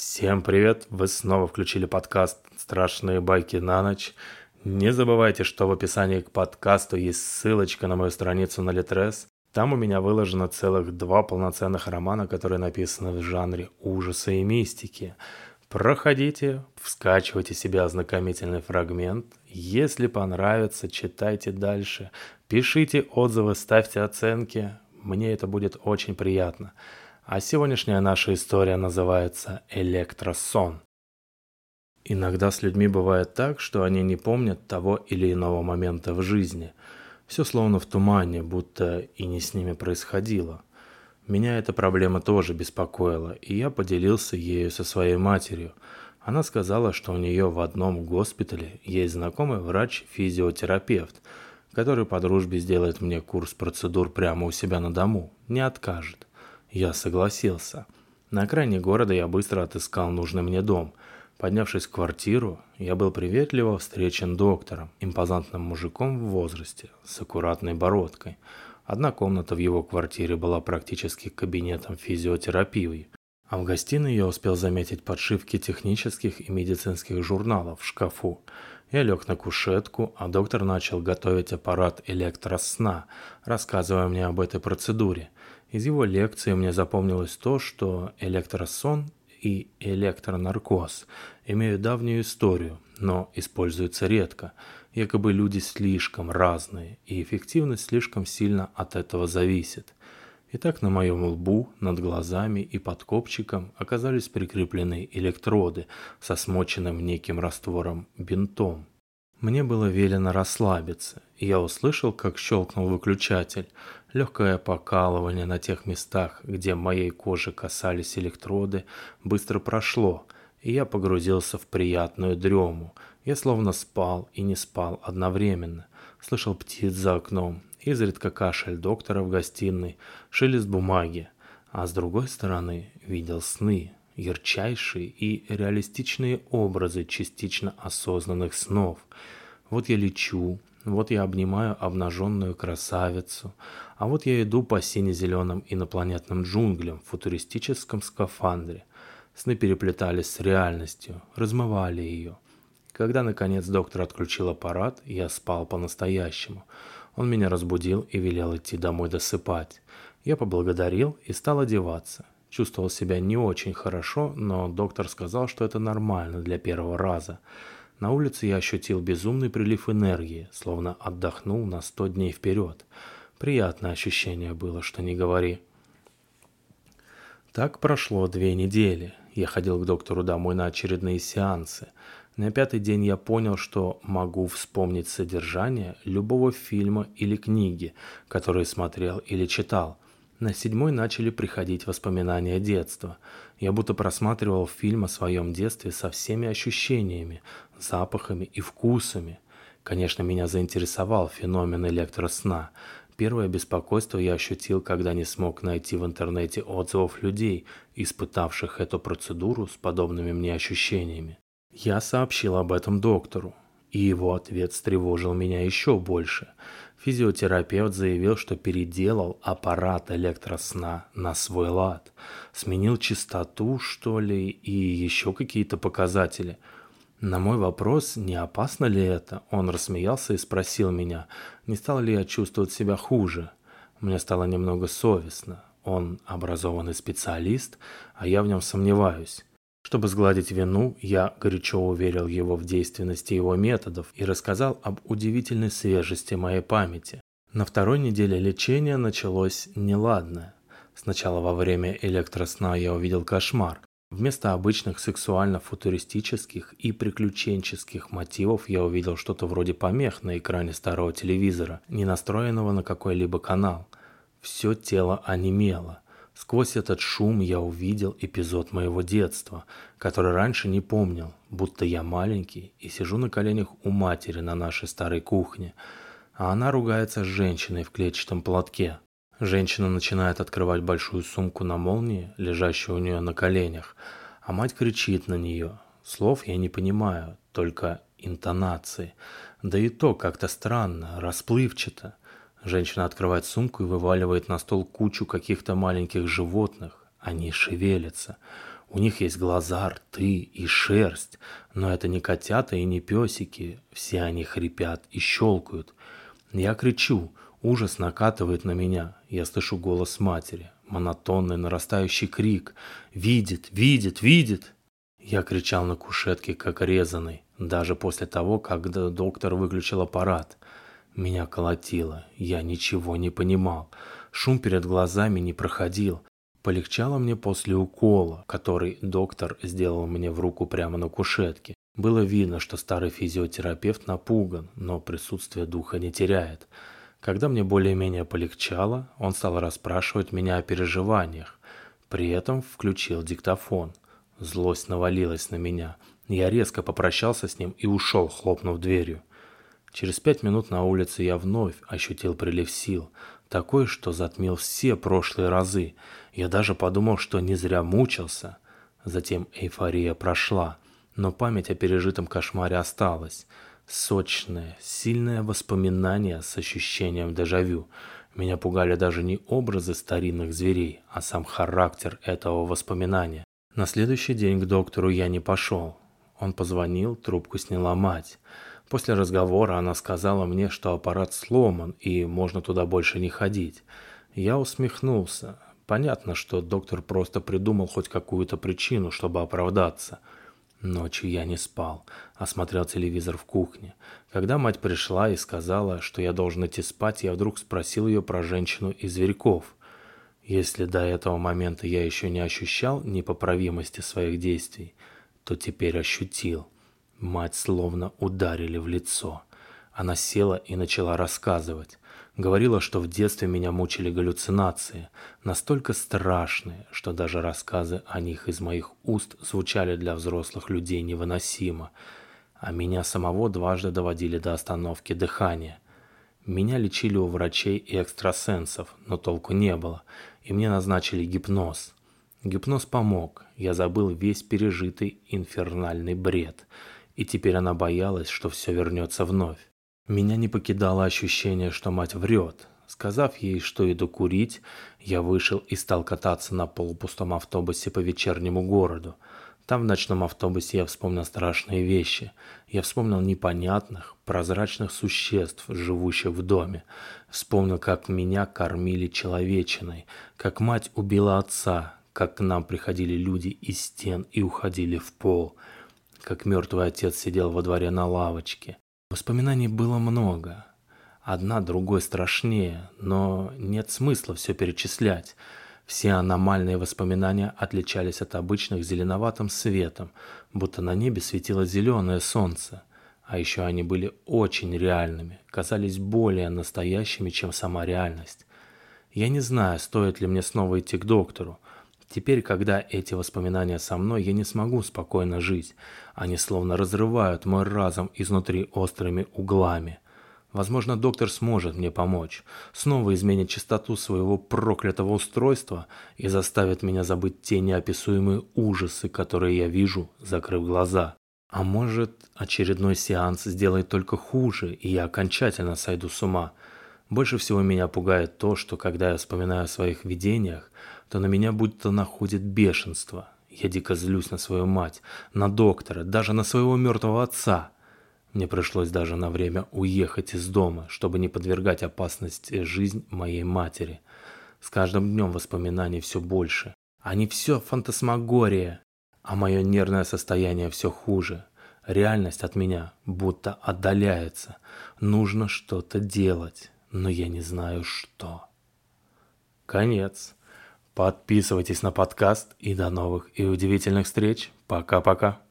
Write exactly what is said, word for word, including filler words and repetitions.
Всем привет! Вы снова включили подкаст «Страшные байки на ночь». Не забывайте, что в описании к подкасту есть ссылочка на мою страницу на Литрес. Там у меня выложено целых два полноценных романа, которые написаны в жанре ужаса и мистики. Проходите, скачивайте себе ознакомительный фрагмент. Если понравится, читайте дальше. Пишите отзывы, ставьте оценки. Мне это будет очень приятно. А сегодняшняя наша история называется «Электросон». Иногда с людьми бывает так, что они не помнят того или иного момента в жизни. Все словно в тумане, будто и не с ними происходило. Меня эта проблема тоже беспокоила, и я поделился ею со своей матерью. Она сказала, что у нее в одном госпитале есть знакомый врач-физиотерапевт, который по дружбе сделает мне курс процедур прямо у себя на дому, не откажет. Я согласился. На окраине города я быстро отыскал нужный мне дом. Поднявшись в квартиру, я был приветливо встречен доктором, импозантным мужиком в возрасте, с аккуратной бородкой. Одна комната в его квартире была практически кабинетом физиотерапии, а в гостиной я успел заметить подшивки технических и медицинских журналов в шкафу. Я лег на кушетку, а доктор начал готовить аппарат электросна, рассказывая мне об этой процедуре. Из его лекции мне запомнилось то, что электросон и электронаркоз имеют давнюю историю, но используются редко. Якобы люди слишком разные, и эффективность слишком сильно от этого зависит. Итак, на моем лбу, над глазами и под копчиком оказались прикреплены электроды со смоченным неким раствором бинтом. Мне было велено расслабиться, и я услышал, как щелкнул выключатель. Легкое покалывание на тех местах, где моей кожи касались электроды, быстро прошло, и я погрузился в приятную дрему. Я словно спал и не спал одновременно. Слышал птиц за окном, изредка кашель доктора в гостиной, шелест бумаги, а с другой стороны видел сны. Ярчайшие и реалистичные образы частично осознанных снов. Вот я лечу, вот я обнимаю обнаженную красавицу, а вот я иду по сине-зеленым инопланетным джунглям в футуристическом скафандре. Сны переплетались с реальностью, размывали ее. Когда, наконец, доктор отключил аппарат, я спал по-настоящему. Он меня разбудил и велел идти домой досыпать. Я поблагодарил и стал одеваться. Чувствовал себя не очень хорошо, но доктор сказал, что это нормально для первого раза. На улице я ощутил безумный прилив энергии, словно отдохнул на сто дней вперед. Приятное ощущение было, что не говори. Так прошло две недели. Я ходил к доктору домой на очередные сеансы. На пятый день я понял, что могу вспомнить содержание любого фильма или книги, которые смотрел или читал. На седьмой начали приходить воспоминания детства. Я будто просматривал фильм о своем детстве со всеми ощущениями, запахами и вкусами. Конечно, меня заинтересовал феномен электросна. Первое беспокойство я ощутил, когда не смог найти в интернете отзывов людей, испытавших эту процедуру с подобными мне ощущениями. Я сообщил об этом доктору, и его ответ встревожил меня еще больше. Физиотерапевт заявил, что переделал аппарат электросна на свой лад, сменил частоту, что ли, и еще какие-то показатели. На мой вопрос, не опасно ли это, он рассмеялся и спросил меня, не стал ли я чувствовать себя хуже. Мне стало немного совестно. Он образованный специалист, а я в нем сомневаюсь. Чтобы сгладить вину, я горячо уверил его в действенности его методов и рассказал об удивительной свежести моей памяти. На второй неделе лечения началось неладное. Сначала во время электросна я увидел кошмар. Вместо обычных сексуально-футуристических и приключенческих мотивов я увидел что-то вроде помех на экране старого телевизора, не настроенного на какой-либо канал. Все тело онемело. Сквозь этот шум я увидел эпизод моего детства, который раньше не помнил, будто я маленький и сижу на коленях у матери на нашей старой кухне, а она ругается с женщиной в клетчатом платке. Женщина начинает открывать большую сумку на молнии, лежащую у нее на коленях, а мать кричит на нее. Слов я не понимаю, только интонации, да и то как-то странно, расплывчато. Женщина открывает сумку и вываливает на стол кучу каких-то маленьких животных. Они шевелятся. У них есть глаза, рты и шерсть, но это не котята и не песики, все они хрипят и щелкают. Я кричу, ужас накатывает на меня, я слышу голос матери, монотонный нарастающий крик «Видит! Видит! Видит!». Я кричал на кушетке, как резаный, даже после того, когда доктор выключил аппарат. Меня колотило, я ничего не понимал, шум перед глазами не проходил. Полегчало мне после укола, который доктор сделал мне в руку прямо на кушетке. Было видно, что старый физиотерапевт напуган, но присутствие духа не теряет. Когда мне более-менее полегчало, он стал расспрашивать меня о переживаниях. При этом включил диктофон. Злость навалилась на меня. Я резко попрощался с ним и ушел, хлопнув дверью. Через пять минут на улице я вновь ощутил прилив сил. Такой, что затмил все прошлые разы. Я даже подумал, что не зря мучился. Затем эйфория прошла, но память о пережитом кошмаре осталась. Сочное, сильное воспоминание с ощущением дежавю. Меня пугали даже не образы старинных зверей, а сам характер этого воспоминания. На следующий день к доктору я не пошел. Он позвонил, трубку сняла мать. После разговора она сказала мне, что аппарат сломан и можно туда больше не ходить. Я усмехнулся. Понятно, что доктор просто придумал хоть какую-то причину, чтобы оправдаться. Ночью я не спал, а смотрел телевизор в кухне. Когда мать пришла и сказала, что я должен идти спать, я вдруг спросил ее про женщину из зверьков. Если до этого момента я еще не ощущал непоправимости своих действий, то теперь ощутил. Мать словно ударили в лицо. Она села и начала рассказывать. Говорила, что в детстве меня мучили галлюцинации, настолько страшные, что даже рассказы о них из моих уст звучали для взрослых людей невыносимо, а меня самого дважды доводили до остановки дыхания. Меня лечили у врачей и экстрасенсов, но толку не было, и мне назначили гипноз. Гипноз помог, я забыл весь пережитый инфернальный бред, и теперь она боялась, что все вернется вновь. Меня не покидало ощущение, что мать врет. Сказав ей, что иду курить, я вышел и стал кататься на полупустом автобусе по вечернему городу. Там в ночном автобусе я вспомнил страшные вещи. Я вспомнил непонятных, прозрачных существ, живущих в доме. Вспомнил, как меня кормили человечиной, как мать убила отца, как к нам приходили люди из стен и уходили в пол, как мертвый отец сидел во дворе на лавочке. Воспоминаний было много. Одна другой страшнее, но нет смысла все перечислять. Все аномальные воспоминания отличались от обычных зеленоватым светом, будто на небе светило зеленое солнце. А еще они были очень реальными, казались более настоящими, чем сама реальность. Я не знаю, стоит ли мне снова идти к доктору. Теперь, когда эти воспоминания со мной, я не смогу спокойно жить. Они словно разрывают мой разум изнутри острыми углами. Возможно, доктор сможет мне помочь, снова изменит частоту своего проклятого устройства и заставит меня забыть те неописуемые ужасы, которые я вижу, закрыв глаза. А может, очередной сеанс сделает только хуже, и я окончательно сойду с ума. Больше всего меня пугает то, что когда я вспоминаю о своих видениях, то на меня будто находит бешенство. Я дико злюсь на свою мать, на доктора, даже на своего мертвого отца. Мне пришлось даже на время уехать из дома, чтобы не подвергать опасности жизнь моей матери. С каждым днем воспоминаний все больше. Они все фантасмагория, а мое нервное состояние все хуже. Реальность от меня будто отдаляется. Нужно что-то делать, но я не знаю что. Конец. Подписывайтесь на подкаст и до новых и удивительных встреч. Пока-пока.